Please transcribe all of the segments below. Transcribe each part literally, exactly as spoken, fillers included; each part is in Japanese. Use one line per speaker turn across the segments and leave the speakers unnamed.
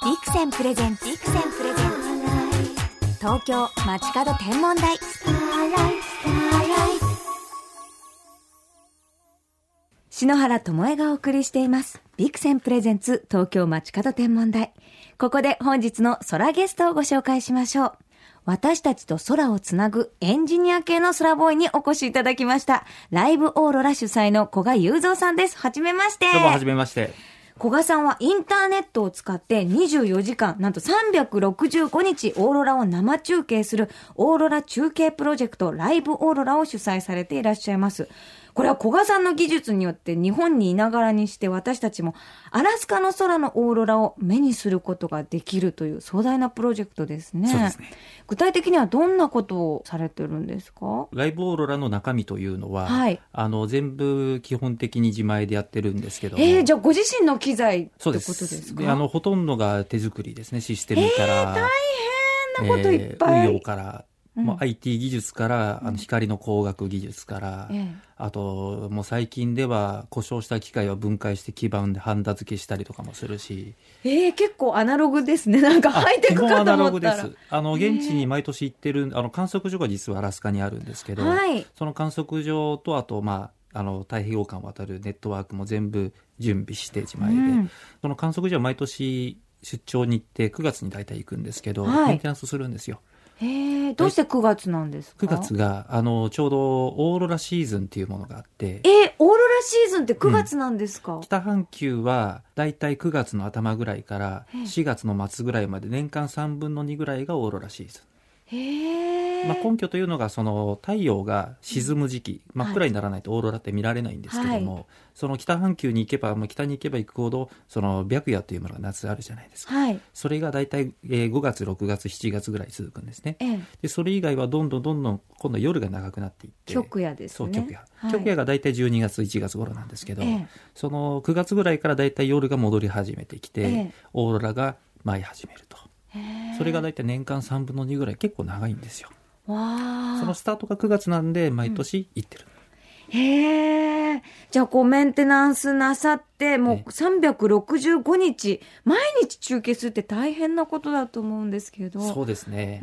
ビクセンプレゼンツビクセンプレゼンツ東京街角天文台。篠原智恵がお送りしていますビクセンプレゼンツ東京街角天文台。ここで本日の空ゲストをご紹介しましょう。私たちと空をつなぐエンジニア系の空ボーイにお越しいただきました。ライブオーロラ主催の古賀雄三さんです。はじめまして。
どうもはじめまして。
古賀さんはインターネットを使ってにじゅうよじかん、なんとさんびゃくろくじゅうごにちオーロラを生中継するオーロラ中継プロジェクトライブオーロラを主催されていらっしゃいます。これは古賀さんの技術によって日本にいながらにして私たちもアラスカの空のオーロラを目にすることができるという壮大なプロジェクトですね。
そうですね。
具体的にはどんなことをされてるんですか？
ライブオーロラの中身というのは、
はい、あ
の全部基本的に自前でやってるんですけども、
えー、じゃあご自身の機材ってことですか？
そうです。で、あのほとんどが手作りですね。システムから、
えー、大変なこといっぱい、
えー、運用からもう アイティー 技術から、うん、あの光の光学技術から、ええ、あともう最近では故障した機械を分解して基板でハンダ付けしたりとかもするし、
えー、結構アナログですね。なんかハイテクかと思ったら。
基本アナログです。あの現地に毎年行ってるあの観測所が実はアラスカにあるんですけど、はい、その観測所とあと、まあ、あの太平洋間を渡るネットワークも全部準備して自前で、うん、その観測所は毎年出張に行ってくがつに大体行くんですけど、はい、メンテナンスするんですよ。
へー、どうしてくがつなんですか？
くがつがあのちょうどオーロラシーズンっていうものがあって。
えー、オーロラシーズンってくがつなんですか？うん、
北半球はだいたいくがつの頭ぐらいからしがつの末ぐらいまで年間さんぶんのにぐらいがオーロラシーズン。へー、まあ、根拠というのがその太陽が沈む時期、うん、真っ暗にならないとオーロラって見られないんですけども、はい、その北半球に行けば、まあ、北に行けば行くほどその白夜というものが夏あるじゃないですか、はい、それがだいたいごがつろくがつしちがつぐらい続くんですね、ええ、でそれ以外はどんどんどんどん今度は夜が長くなっていって
極夜ですね。
そう極夜、はい、極夜がだいたいじゅうにがついちがつ頃なんですけど、ええ、そのくがつぐらいからだいたい夜が戻り始めてきて、ええ、オーロラが舞い始めると。それがだいたい年間さんぶんのにぐらい結構長いんですよ。わそのスタートがくがつなんで毎年行ってる、
うん、へー、じゃあこうメンテナンスなさってもうさんびゃくろくじゅうごにち毎日中継するって大変なことだと思うんですけど。
そうですね、
うん、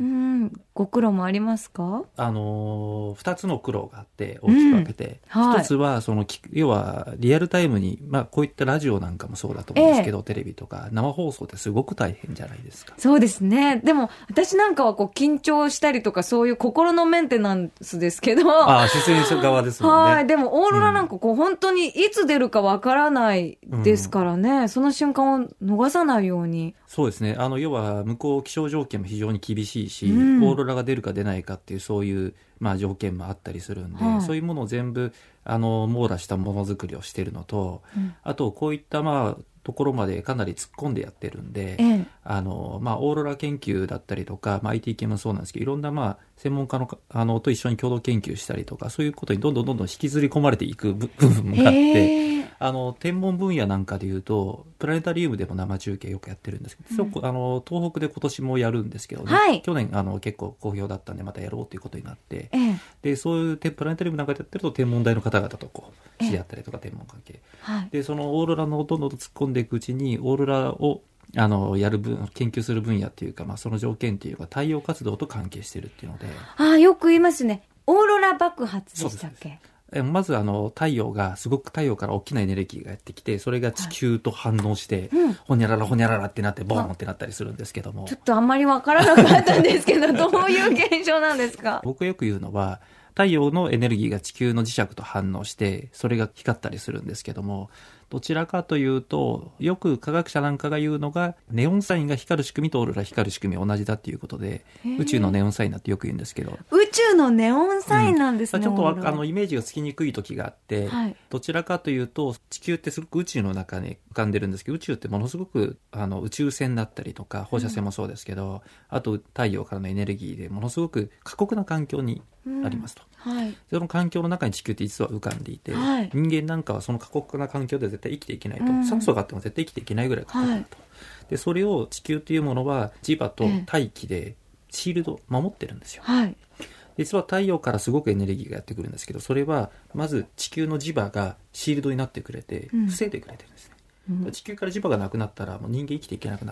ご苦労もありますか？
あのー、ふたつの苦労があって大きく分けて、うん、はい、ひとつはその要はリアルタイムに、まあ、こういったラジオなんかもそうだと思うんですけど、ええ、テレビとか生放送ってすごく大変じゃないですか。
そうですね。でも私なんかはこう緊張したりとかそういう心のメンテナンスですけど、
ああ、出演者側ですもんね。
はい、でもオーロラなんかこう、うん、本当にいつ出るかわからないですからね、うん、その瞬間を逃さないように。
そうですね。あの要は向こう気象条件も非常に厳しいし、うん、オーロラが出るか出ないかっていうそういう、まあ、条件もあったりするんで、はい、そういうものを全部あの網羅したものづくりをしているのと、うん、あとこういったまあところまでかなり突っ込んでやってるんで、ええ、あのまあ、オーロラ研究だったりとか、まあ、アイティー 系もそうなんですけどいろんなまあ専門家の、あのと一緒に共同研究したりとかそういうことにどんどんどんどん引きずり込まれていく部分があって、あの天文分野なんかでいうとプラネタリウムでも生中継よくやってるんですけど、うん、あの東北で今年もやるんですけどね、はい、去年あの結構好評だったんでまたやろうということになって、ええ、でそういうプラネタリウムなんかでやってると天文台の方々とこう知り合ったりとか、天文関係、はい、でそのオーロラのどんどん突っ込んでいくうちにオーロラをあのやる分研究する分野っていうか、まあ、その条件っていうか太陽活動と関係してるっていうので、
ああよく言いますね。オーロラ爆発でしたっけ？
まずあの太陽がすごく太陽から大きなエネルギーがやってきてそれが地球と反応して、はい、うん、ほにゃららほにゃららってなってボーンってなったりするんですけども、
ちょっとあんまりわからなかったんですけどどういう現象なんですか？
僕よく言うのは太陽のエネルギーが地球の磁石と反応してそれが光ったりするんですけども、どちらかというとよく科学者なんかが言うのがネオンサインが光る仕組みとオーロラ光る仕組みは同じだっていうことで宇宙のネオンサインだってよく言うんですけど、
宇宙のネオンサインなんですね、
うん、ちょっとあのイメージがつきにくい時があって、はい、どちらかというと地球ってすごく宇宙の中に浮かんでるんですけど宇宙ってものすごくあの宇宙船だったりとか放射線もそうですけど、うん、あと太陽からのエネルギーでものすごく過酷な環境にありますと、うん、はい、その環境の中に地球って実は浮かんでいて、はい、人間なんかはその過酷な環境で絶対生きていけないと、うん、酸素があっても絶対生きていけないぐらい過酷だと、はい、でそれを地球というものは磁場と大気でシールド守ってるんですよ、はい、実は太陽からすごくエネルギーがやってくるんですけどそれはまず地球の磁場がシールドになってくれて防いでくれてるんですね、うん、地球から磁場がなくなったらもう人間生きていけなくなる。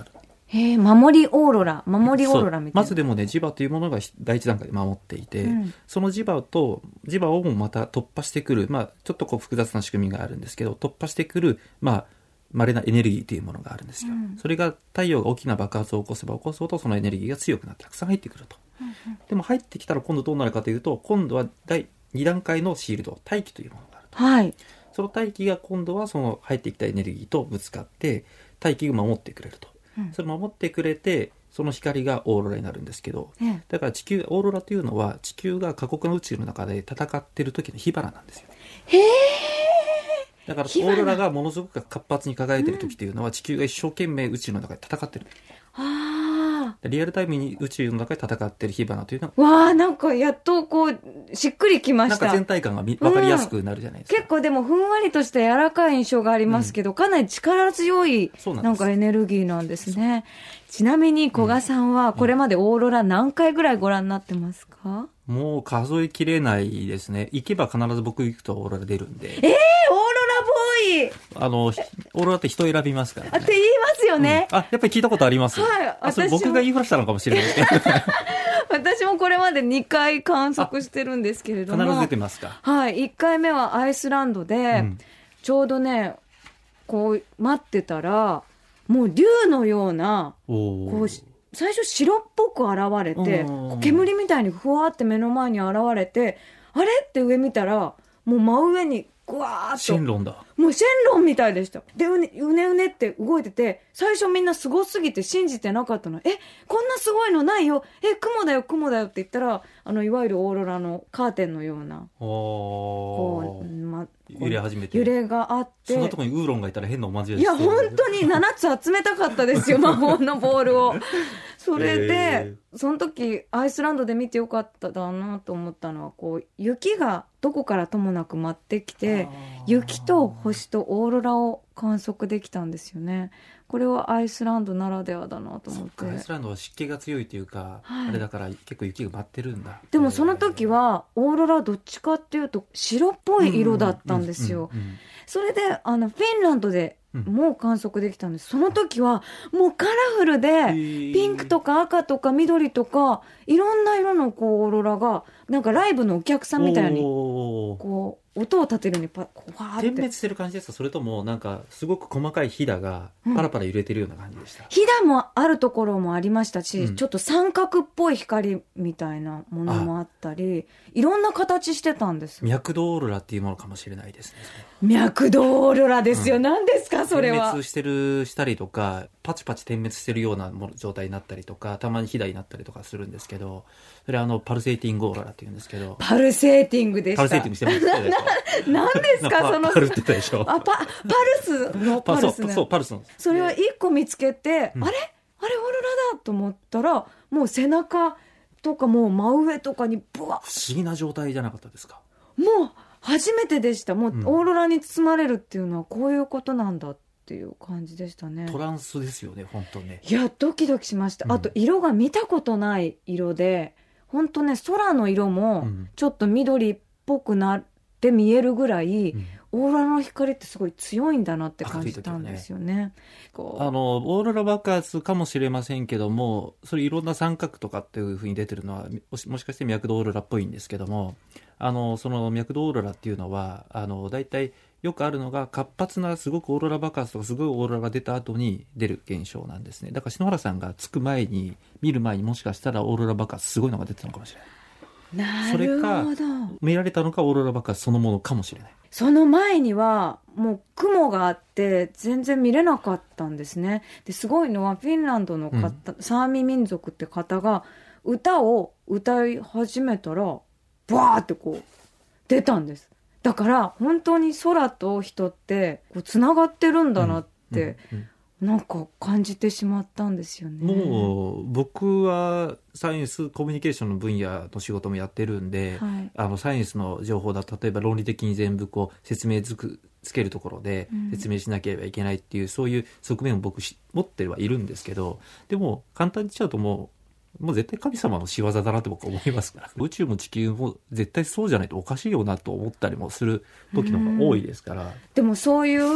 へえ、守りオーロラ、守りオーロラみたいな。
まずでもね、磁場というものが第一段階で守っていて、うん、その磁場と、磁場をまた突破してくる、まあ、ちょっとこう複雑な仕組みがあるんですけど、突破してくる、まあ、稀なエネルギーというものがあるんですよ。うん、それが太陽が大きな爆発を起こせば起こすほど、そのエネルギーが強くなってたくさん入ってくると。うんうん、でも入ってきたら今度どうなるかというと、今度は第に段階のシールド、大気というものがあると。
はい。そ
の大気が今度はその入ってきたエネルギーとぶつかって、大気が守ってくれると。うん、それ守ってくれて、その光がオーロラになるんですけど、うん、だから地球、オーロラというのは地球が過酷な宇宙の中で戦っている時の火花なんですよ。
へー。
だからオーロラがものすごく活発に輝いている時というのは、うん、地球が一生懸命宇宙の中で戦ってる。
あ
リアルタイムに宇宙の中で戦っている火花というの
は、わあ、なんかやっとこうしっくりきました。
なんか全体感が分かりやすくなるじゃないですか。
うん、結構でもふんわりとした柔らかい印象がありますけど、うん、かなり力強いなんかエネルギーなんですね。ちなみに古賀さんはこれまでオーロラ何回ぐらいご覧になってますか？
うん、もう数えきれないですね。行けば必ず僕行くとオーロラ出るんで。
えー、オーロラボーイ。
あのオーロラって人選びますからね。
って言いますよね。
うん、あ、やっぱり聞いたことあります。
はい。
あ、それ僕が言いふらしたのかもしれないですけど。
私もこれまでにかい観測してるんですけれども。
必ず出てますか？
はい。いっかいめはアイスランドで、うん、ちょうどね、こう待ってたら、もう竜のような、こう最初白っぽく現れて、煙みたいにふわーって目の前に現れて、あれって上見たら、もう真上にぐわーっと。
シェンロンだ。
もうシェンロンみたいでした。で、うねうねうねって動いてて、最初みんなすごすぎて信じてなかったの。え、こんなすごいのないよ。え、雲だよ、雲だよって言ったら、あの、いわゆるオーロラのカーテンのような、
こう、ま、揺れ始めて。
揺れがあって。
そんなとこにウーロンがいたら変なおまじない
いや、本当にななつ集めたかったですよ、魔法のボールを。それで、えー、その時、アイスランドで見てよかっただなと思ったのは、こう、雪がどこからともなく舞ってきて、雪と星とオーロラを観測できたんですよね。これはアイスランドならではだなと思って。
アイスランドは湿気が強いというか、はい、あれだから結構雪が舞ってるんだ。
でもその時はオーロラどっちかっていうと白っぽい色だったんですよ。それであのフィンランドでもう観測できたんです。その時はもうカラフルでピンクとか赤とか緑とかいろんな色のこうオーロラがなんかライブのお客さんみたいにこう音を立てるにパこうわーって
点滅してる感じですか？それともなんかすごく細かいひだがパラパラ揺れてるような感じでした？
ひだもあるところもありましたし、うん、ちょっと三角っぽい光みたいなものもあったりいろんな形してたんです。
脈動オーロラっていうものかもしれないですね。
脈動オーロラですよ、うん、何ですかそれは。
点滅してるしたりとかパチパチ点滅してるような状態になったりとかたまにひだになったりとかするんですけど、それはあのパルセーティングオーロラっていうんですけど。
パルセーティングでした。
パルセーティングしてます
何ですかその
パルって言ったでしょ。
あ パ, パルスのパルスね。
そうパルスの
それは一個見つけて、うん、あれあれオーロラだと思ったらもう背中とかもう真上とかにブワッ。
不思議な状態じゃなかったですか？
もう初めてでした。もうオーロラに包まれるっていうのはこういうことなんだっていう感じでしたね。
トランスですよね本当ね。
いやドキドキしました、うん、あと色が見たことない色で本当ね空の色もちょっと緑っぽくなって見えるぐらい、うん、オーロラの光ってすごい強いんだなって感じたんですよね。
こうあのオーロラ爆発かもしれませんけども、それいろんな三角とかっていう風に出てるのは もし、もしかして脈動オーロラっぽいんですけども、あのその脈動オーロラっていうのはあのだいたいよくあるのが活発なすごくオーロラ爆発とかすごいオーロラが出た後に出る現象なんですね。だから篠原さんが着く前に見る前にもしかしたらオーロラ爆発すごいのが出てたのかもしれない。
なるほど。
それか見られたのかオーロラ爆発そのものかもしれない。
その前にはもう雲があって全然見れなかったんですね。ですごいのはフィンランドの方、うん、サーミ民族って方が歌を歌い始めたらバーってこう出たんです。だから本当に空と人ってこうつながってるんだなって、うんうんうんなんか感じてしまったんですよね。
もう僕はサイエンスコミュニケーションの分野の仕事もやってるんで、はい、あのサイエンスの情報だ例えば論理的に全部こう説明づくつけるところで説明しなければいけないっていう、うん、そういう側面を僕持ってはいるんですけど、でも簡単に言っちゃうともうもう絶対神様の仕業だなって僕は思いますから宇宙も地球も絶対そうじゃないとおかしいよなと思ったりもする時の方が多いですから、うん、
でもそういう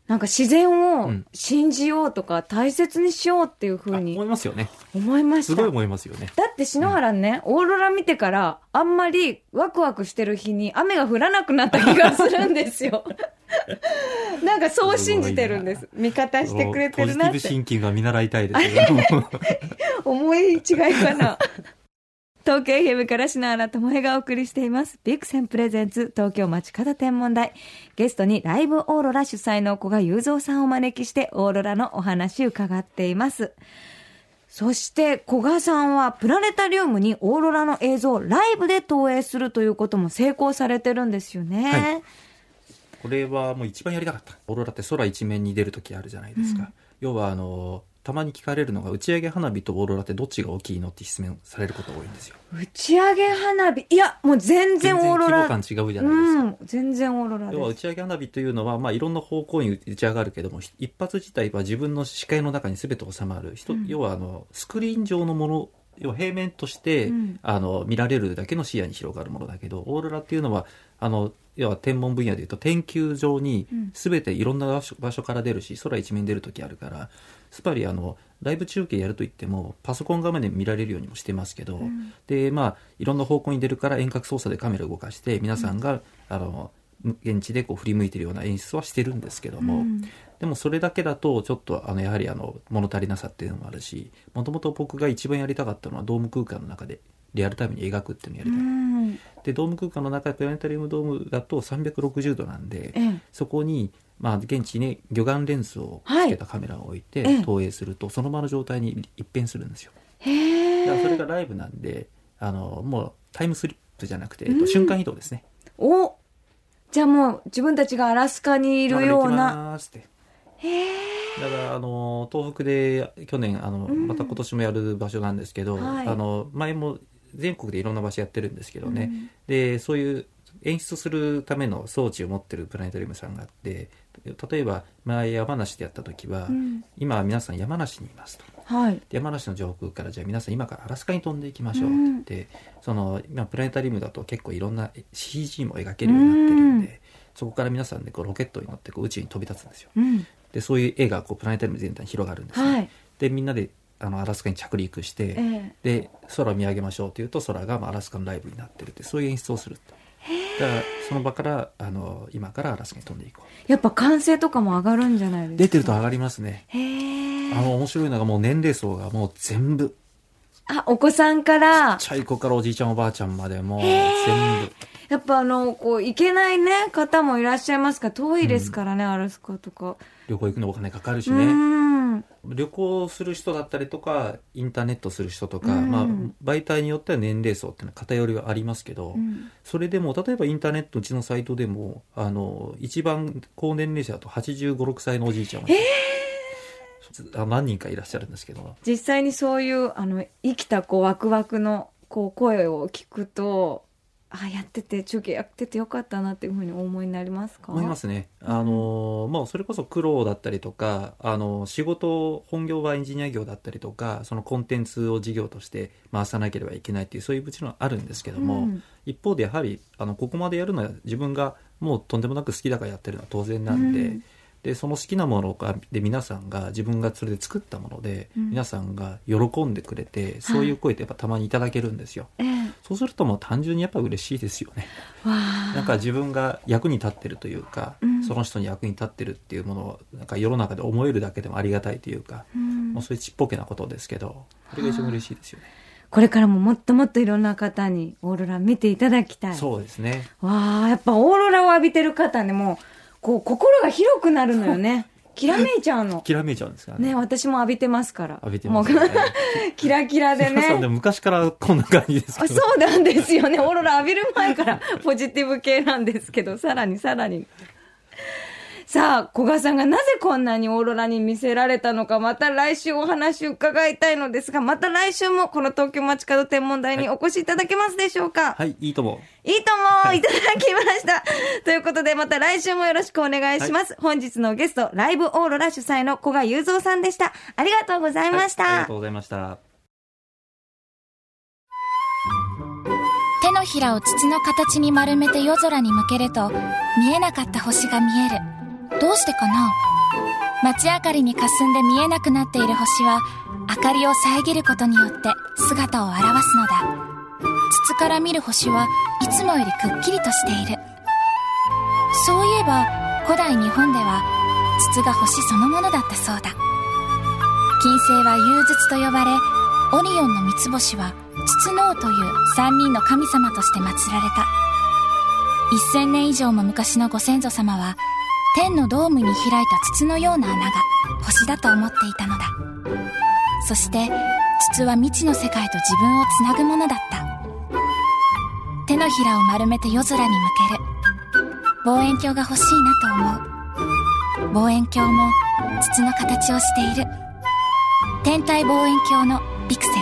なんか自然を信じようとか大切にしようっていう風に
思いますよね。
思いました。
すごい思いますよね。
だって篠原ね、うん、オーロラ見てからあんまりワクワクしてる日に雨が降らなくなった気がするんですよ。なんかそう信じてるんです。味方してくれてるなって。
ポジティブシンキングは見習いたいですけど。
思い違いかな。東京 エフエム から篠原智恵がお送りしています。ビクセンプレゼンツ東京街角天文台。ゲストにライブオーロラ主催の古賀雄三さんをお招きしてオーロラのお話伺っています。そして古賀さんはプラネタリウムにオーロラの映像をライブで投影するということも成功されてるんですよね。はい、
これはもう一番やりたかった。オーロラって空一面に出るときあるじゃないですか。うん、要はあのたまに聞かれるのが打ち上げ花火とオーロラってどっちが大きいのって質問されることが多いんですよ。
打ち上げ花火、いやもう全然オーロラ、
全然規模感違うじゃないですか。うん、
全然オーロラです。
要は打ち上げ花火というのは、まあ、いろんな方向に打ち上がるけども、一発自体は自分の視界の中に全て収まる、うん、要はあのスクリーン上のもの、要は平面として、うん、あの見られるだけの視野に広がるものだけど、オーロラっていうのはあの要は天文分野でいうと天球上に全ていろんな場所、場所から出るし、空一面出るときあるから、つまりあのライブ中継やるといってもパソコン画面で見られるようにもしてますけど、うん、でまあいろんな方向に出るから遠隔操作でカメラを動かして皆さんが、うん、あの現地でこう振り向いているような演出はしてるんですけども、うん、でもそれだけだとちょっとあのやはりあの物足りなさっていうのもあるし、もともと僕が一番やりたかったのはドーム空間の中でリアルタイムに描くっていうのをやりたい、うん、でドーム空間の中でプラネタリウムドームだとさんびゃくろくじゅうどなんで、ええ、そこにまあ、現地に魚眼レンズをつけたカメラを置いて投影すると、はい、その場の状態に一変するんですよ。
へー。
だからそれがライブなんで、あのもうタイムスリップじゃなくて、えっと、瞬間移動ですね。
お、じゃあもう自分たちがアラスカにいるような。
へー。だからあの東北で去年あの、うん、また今年もやる場所なんですけど、はい、あの前も全国でいろんな場所やってるんですけどね、うん、でそういう演出するための装置を持ってるプラネタリウムさんがあって、例えば前山梨でやった時は、うん、今は皆さん山梨にいますと、
はい、
山梨の上空からじゃあ皆さん今からアラスカに飛んでいきましょうって言って、うん、その今プラネタリウムだと結構いろんな シージー も描けるようになってるんで、うん、そこから皆さんでこうロケットに乗ってこう宇宙に飛び立つんですよ、うん、でそういう絵がこうプラネタリウム全体に広がるんですね、はい、でみんなであのアラスカに着陸して、えー、で空を見上げましょうっていうと空がまあアラスカのライブになってるって、そういう演出をすると。だからその場からあの今からアラスカに飛んでいこう。
やっぱ歓声とかも上がるんじゃないですか。
出てると上がりますね。
へー。
あの面白いのがもう年齢層がもう全部、
あ、お子さんから
ちっちゃい子からおじいちゃんおばあちゃんまでもう全部。
やっぱあのこう行けないね方もいらっしゃいますから、遠いですからね、うん、アラスカとか
旅行行くのお金かかるしね、うん、旅行する人だったりとかインターネットする人とか、うんまあ、媒体によっては年齢層っていうのは偏りはありますけど、うん、それでも例えばインターネットうちのサイトでもあの一番高年齢者だとはちじゅうご、ろくさいのおじいちゃんが、えー、何人かいらっしゃるんですけど、
実際にそういうあの生きたこうワクワクのこう声を聞くと、あ、やってて中継やっててよかったなっていうふうにお思いになりますか？
思いますね。あの、うん、もうそれこそ苦労だったりとか、あの仕事本業はエンジニア業だったりとか、そのコンテンツを事業として回さなければいけないっていうそういうもちろんあるんですけども、うん、一方でやはりあのここまでやるのは自分がもうとんでもなく好きだからやってるのは当然なんで、うん、でその好きなもので皆さんが自分がそれで作ったもので、うん、皆さんが喜んでくれて、そういう声ってやっぱたまにいただけるんですよ、はい、そうするともう単純にやっぱ嬉しいですよね。なんか自分が役に立ってるというか、うん、その人に役に立ってるっていうものをなんか世の中で思えるだけでもありがたいというか、うん、もうそういうちっぽけなことですけど、それが一番嬉しいですよね。
これからももっともっといろんな方にオーロラ見ていただきたい。
そうですね。
わあ、やっぱオーロラを浴びてる方ね、もうこう心が広くなるのよね。きらめいちゃうの。
きらめいちゃうんですかね。
ね、私も浴びてますから。
浴びてますね。
キラキラでね。
さんで昔からこんな感じですけど。
そうなんですよね。オーロラ浴びる前からポジティブ系なんですけど、さらにさらに。さあ、古賀さんがなぜこんなにオーロラに見せられたのか、また来週お話を伺いたいのですが、また来週もこの東京街角天文台にお越しいただけますでしょうか？
はい、はい、いいとも。
いいとも、はい、いただきました。ということで、また来週もよろしくお願いします。はい、本日のゲスト、ライブオーロラ主催の古賀雄三さんでした。ありがとうございました。はい、
ありがとうございました。
手のひらを筒の形に丸めて夜空に向けると、見えなかった星が見える。どうしてかな？ 街明かりに霞んで見えなくなっている星は明かりを遮ることによって姿を現すのだ。筒から見る星はいつもよりくっきりとしている。そういえば古代日本では筒が星そのものだったそうだ。金星は幽筒と呼ばれ、オリオンの三つ星は筒の王という三人の神様として祀られた。一千年以上も昔のご先祖様は天のドームに開いた筒のような穴が星だと思っていたのだ。そして筒は未知の世界と自分をつなぐものだった。手のひらを丸めて夜空に向ける。望遠鏡が欲しいなと思う。望遠鏡も筒の形をしている。天体望遠鏡のビクセン。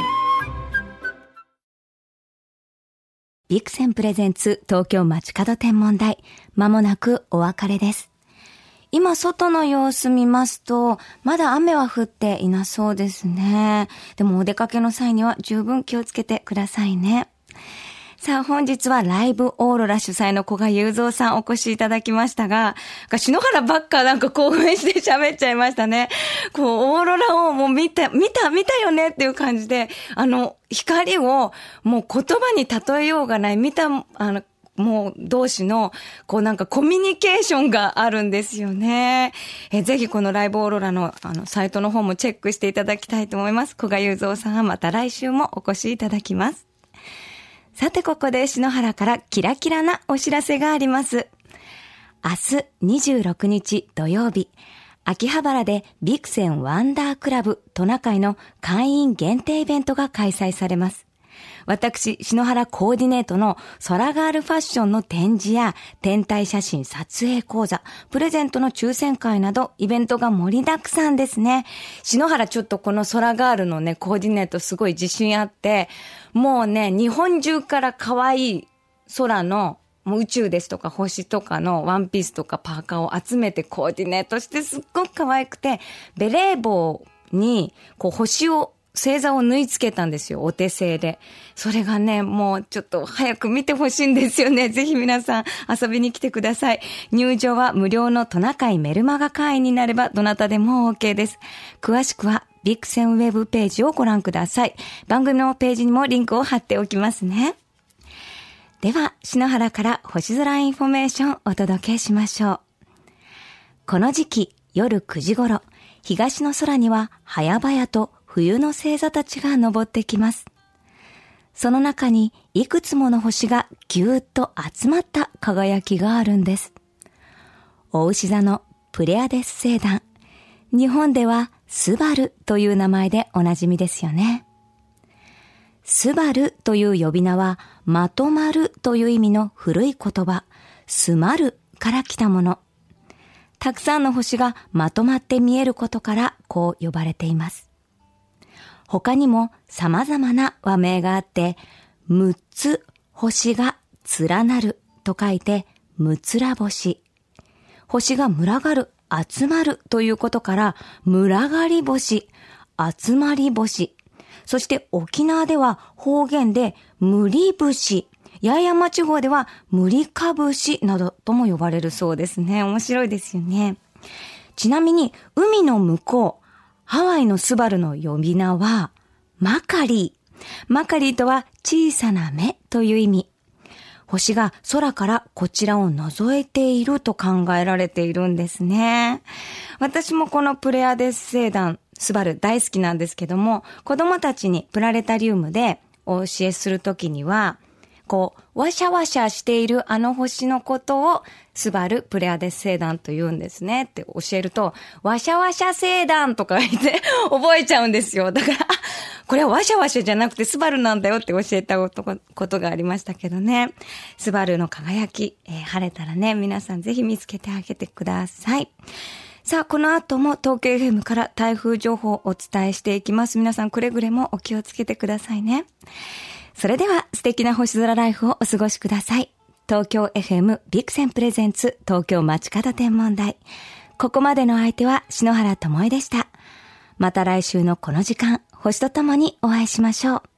ビクセンプレゼンツ東京街角天文台。まもなくお別れです。今外の様子見ますと、まだ雨は降っていなそうですね。でもお出かけの際には十分気をつけてくださいね。さあ本日はライブオーロラ主催の古賀雄三さんお越しいただきましたが、篠原ばっかなんか興奮して喋っちゃいましたね。こうオーロラをもう見た、見た、見たよねっていう感じで、あの光をもう言葉に例えようがない、見た、あの、もう同士のこうなんかコミュニケーションがあるんですよね。えぜひこのライブオーロラのあのサイトの方もチェックしていただきたいと思います。古賀雄三さんはまた来週もお越しいただきます。さてここで篠原からキラキラなお知らせがあります。明日にじゅうろくにち土曜日、秋葉原でビクセンワンダークラブトナカイの会員限定イベントが開催されます。私、篠原コーディネートの空ガールファッションの展示や天体写真撮影講座、プレゼントの抽選会などイベントが盛りだくさんですね。篠原ちょっとこの空ガールのね、コーディネートすごい自信あって、もうね、日本中から可愛い空のもう宇宙ですとか星とかのワンピースとかパーカーを集めてコーディネートしてすっごく可愛くて、ベレー帽にこう星を星座を縫い付けたんですよ、お手製で。それがね、もうちょっと早く見てほしいんですよね。ぜひ皆さん遊びに来てください。入場は無料のトナカイメルマガ会員になればどなたでも OK です。詳しくはビクセンウェブページをご覧ください。番組のページにもリンクを貼っておきますね。では、篠原から星空インフォメーションをお届けしましょう。この時期、夜くじ頃、東の空には早々と冬の星座たちが昇ってきます。その中にいくつもの星がぎゅーっと集まった輝きがあるんです。お牛座のプレアデス星団。日本ではスバルという名前でおなじみですよね。スバルという呼び名はまとまるという意味の古い言葉、スマルから来たもの。たくさんの星がまとまって見えることからこう呼ばれています。他にも様々な和名があって、むっつ星が連なると書いてむつら星。星が群がる、集まるということから群がり星、集まり星。そして沖縄では方言でむり節、八重山地方ではむりか節などとも呼ばれるそうですね。面白いですよね。ちなみに海の向こう、ハワイのスバルの呼び名はマカリー。マカリーとは小さな目という意味。星が空からこちらを覗いていると考えられているんですね。私もこのプレアデス星団スバル大好きなんですけども、子供たちにプラネタリウムでお教えするときには、こう、ワシャワシャしているあの星のことをスバルプレアデス星団と言うんですねって教えると、ワシャワシャ星団とか言って覚えちゃうんですよ。だから、あ、これはワシャワシャじゃなくてスバルなんだよって教えたことがありましたけどね。スバルの輝き、えー、晴れたらね、皆さんぜひ見つけてあげてください。さあ、この後も東京 エフエム から台風情報をお伝えしていきます。皆さんくれぐれもお気をつけてくださいね。それでは素敵な星空ライフをお過ごしください。東京 エフエム ビクセンプレゼンツ東京街角天文台。ここまでの相手は篠原ともえでした。また来週のこの時間、星とともにお会いしましょう。